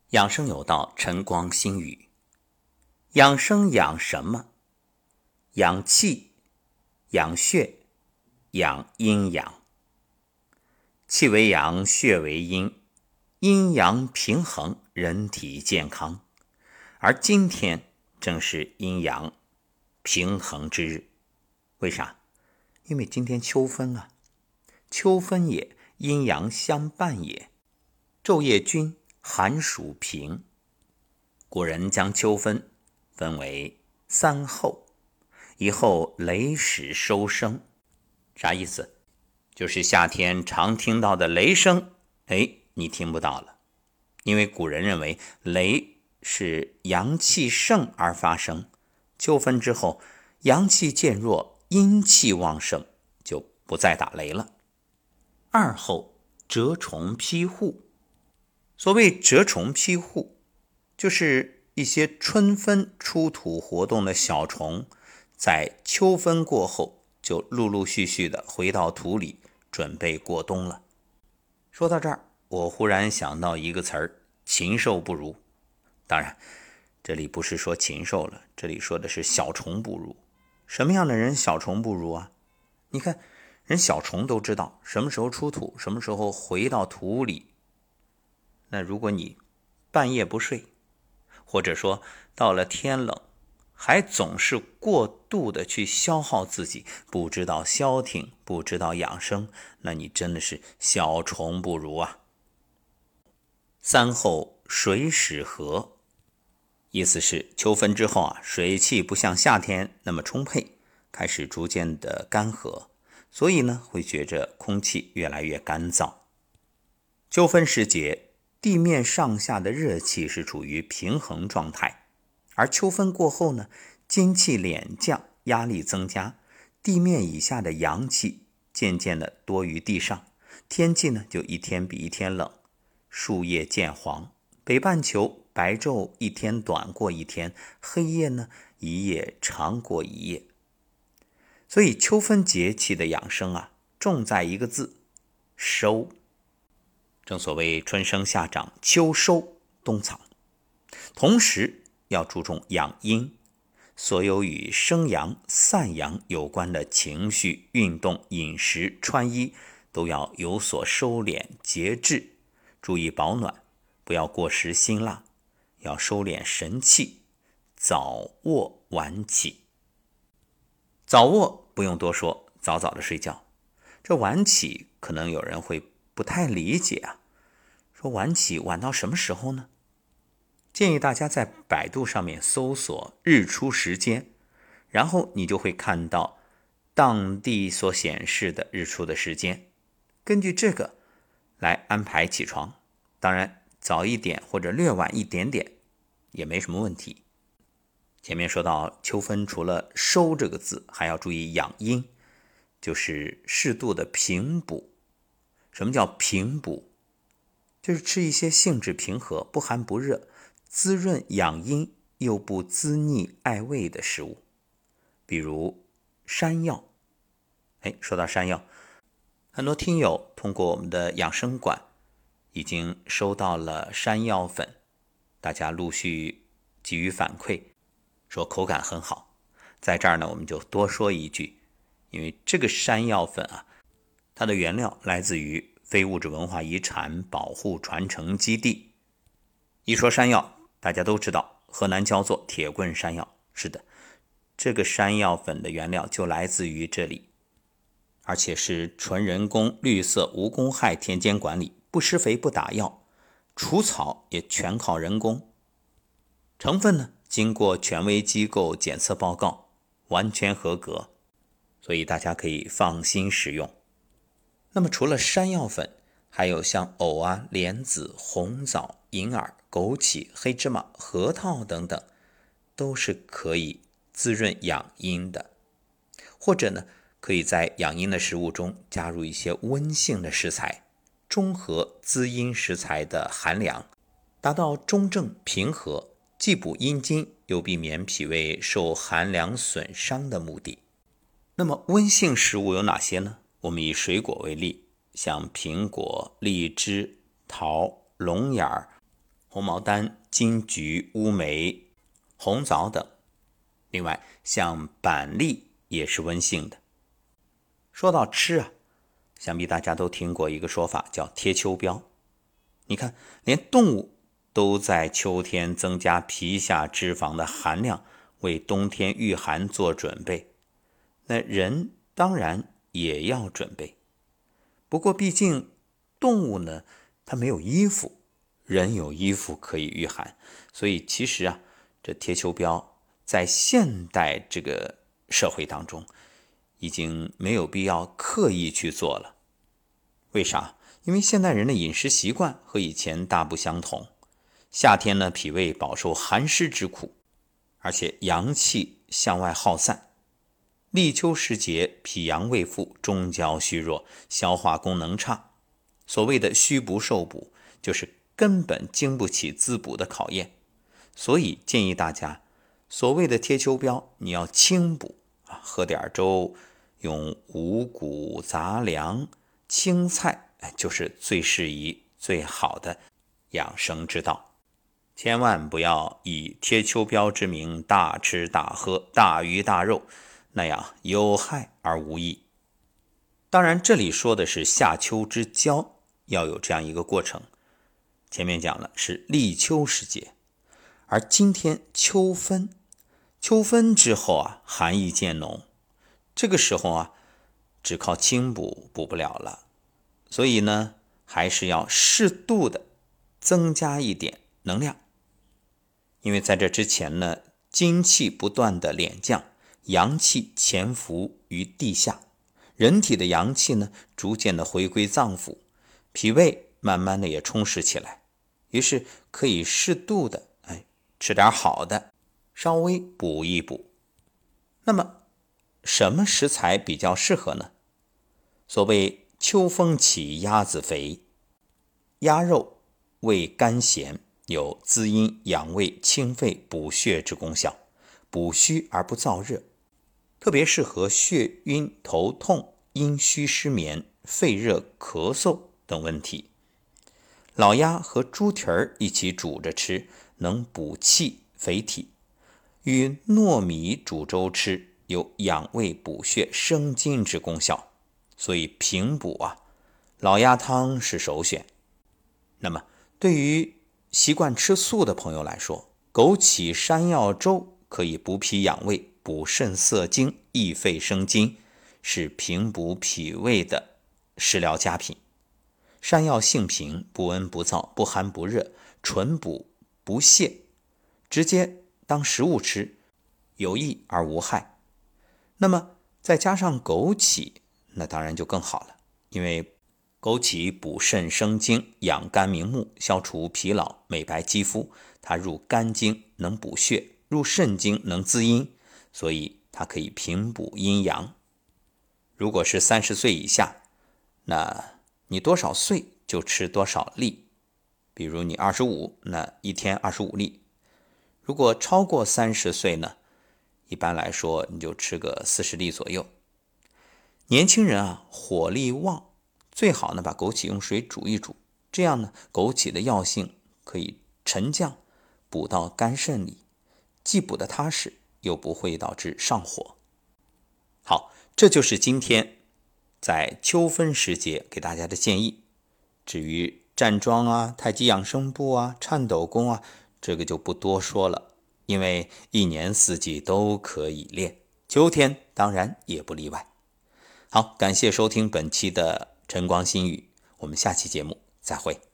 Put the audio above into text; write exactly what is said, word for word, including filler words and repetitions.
养生有道，晨光新语。养生养什么？养气，养血，养阴阳。气为阳，血为阴，阴阳平衡，人体健康。而今天正是阴阳平衡之日。为啥？因为今天秋分啊，秋分也，阴阳相伴也。昼夜均，寒暑平。古人将秋分分为三候，一候雷始收声。啥意思？就是夏天常听到的雷声，哎，你听不到了。因为古人认为雷是阳气盛而发生，秋分之后阳气渐弱，阴气旺盛，就不再打雷了。二候蛰虫披户。所谓蛰虫披户，就是一些春分出土活动的小虫，在秋分过后就陆陆续续的回到土里，准备过冬了。说到这儿，我忽然想到一个词儿，禽兽不如。当然这里不是说禽兽了，这里说的是小虫不如。什么样的人小虫不如啊？你看人小虫都知道什么时候出土，什么时候回到土里。那如果你半夜不睡，或者说到了天冷还总是过度的去消耗自己，不知道消停，不知道养生，那你真的是小虫不如啊。三候水始和，意思是秋分之后啊，水气不像夏天那么充沛，开始逐渐的干涸，所以呢会觉着空气越来越干燥。秋分时节，地面上下的热气是处于平衡状态，而秋分过后呢，精气敛降，压力增加，地面以下的阳气渐渐的多于地上，天气呢就一天比一天冷，树叶渐黄，北半球白昼一天短过一天，黑夜呢一夜长过一夜。所以秋分节气的养生啊，重在一个字，收。正所谓春生夏长，秋收冬藏。同时要注重养阴，所有与生阳散阳有关的情绪、运动、饮食、穿衣都要有所收敛节制，注意保暖，不要过食辛辣，要收敛神气，早卧晚起。早卧不用多说，早早的睡觉。这晚起可能有人会不太理解啊，说晚起晚到什么时候呢？建议大家在百度上面搜索日出时间，然后你就会看到当地所显示的日出的时间，根据这个来安排起床。当然早一点或者略晚一点点也没什么问题。前面说到秋分除了收这个字，还要注意养阴，就是适度的平补。什么叫平补？就是吃一些性质平和、不寒不热、滋润养阴又不滋腻碍胃的食物，比如山药。哎，说到山药，很多听友通过我们的养生馆已经收到了山药粉，大家陆续给予反馈，说口感很好。在这儿呢，我们就多说一句，因为这个山药粉啊，它的原料来自于非物质文化遗产保护传承基地。一说山药，大家都知道河南焦作铁棍山药。是的，这个山药粉的原料就来自于这里，而且是纯人工、绿色、无公害田间管理，不施肥不打药，除草也全靠人工。成分呢，经过权威机构检测报告，完全合格，所以大家可以放心食用。那么除了山药粉，还有像藕啊、莲子、红枣、银耳、枸杞、黑芝麻、核桃等等，都是可以滋润养阴的。或者呢，可以在养阴的食物中加入一些温性的食材，中和滋阴食材的寒凉，达到中正平和，既补阴津又避免脾胃受寒凉损伤的目的。那么温性食物有哪些呢？我们以水果为例，像苹果、荔枝、桃、龙眼、 红毛丹、金桔、乌梅、红枣等。另外像板栗也是温性的。说到吃啊，想必大家都听过一个说法叫贴秋膘。你看连动物都在秋天增加皮下脂肪的含量，为冬天御寒做准备，那人当然也要准备。不过毕竟动物呢，它没有衣服，人有衣服可以御寒，所以其实啊，这贴秋膘在现代这个社会当中已经没有必要刻意去做了。为啥？因为现代人的饮食习惯和以前大不相同。夏天呢，脾胃饱受寒湿之苦，而且阳气向外耗散。立秋时节，脾阳未复，中焦虚弱，消化功能差。所谓的虚不受补，就是根本经不起滋补的考验。所以建议大家，所谓的贴秋膘，你要清补啊，喝点粥，用五谷杂粮、青菜，就是最适宜、最好的养生之道。千万不要以贴秋膘之名大吃大喝、大鱼大肉，那样有害而无益。当然这里说的是夏秋之交，要有这样一个过程。前面讲了是立秋时节，而今天秋分，秋分之后啊，寒意渐浓，这个时候啊，只靠清补补不了了，所以呢，还是要适度的增加一点能量。因为在这之前呢，精气不断的敛降，阳气潜伏于地下，人体的阳气呢，逐渐的回归脏腑，脾胃慢慢的也充实起来，于是可以适度的哎吃点好的，稍微补一补。那么什么食材比较适合呢？所谓秋风起鸭子肥，鸭肉味甘咸，有滋阴养胃、清肺补血之功效，补虚而不燥热，特别适合血晕、头痛、阴虚失眠、肺热、咳嗽等问题。老鸭和猪蹄儿一起煮着吃，能补气肥体；与糯米煮粥吃，有养胃补血、生津之功效。所以平补啊，老鸭汤是首选。那么对于习惯吃素的朋友来说，枸杞山药粥可以补脾养胃、补肾涩精、益肺生津，是平补脾胃的食疗佳品。山药性平，不温不燥，不寒不热，纯补不泻，直接当食物吃，有益而无害。那么再加上枸杞，那当然就更好了，因为枸杞补肾生精，养肝明目，消除疲劳，美白肌肤。它入肝经能补血，入肾经能滋阴，所以它可以平补阴阳。如果是三十岁以下，那你多少岁就吃多少粒，比如你二十五，那一天二十五粒。如果超过三十岁呢，一般来说你就吃个四十粒左右。年轻人啊，火力旺，最好呢把枸杞用水煮一煮，这样呢枸杞的药性可以沉降，补到肝肾里，既补得踏实，又不会导致上火。好，这就是今天在秋分时节给大家的建议。至于站桩啊、太极养生步啊、颤抖功啊，这个就不多说了，因为一年四季都可以练，秋天当然也不例外。好，感谢收听本期的晨光新语，我们下期节目再会。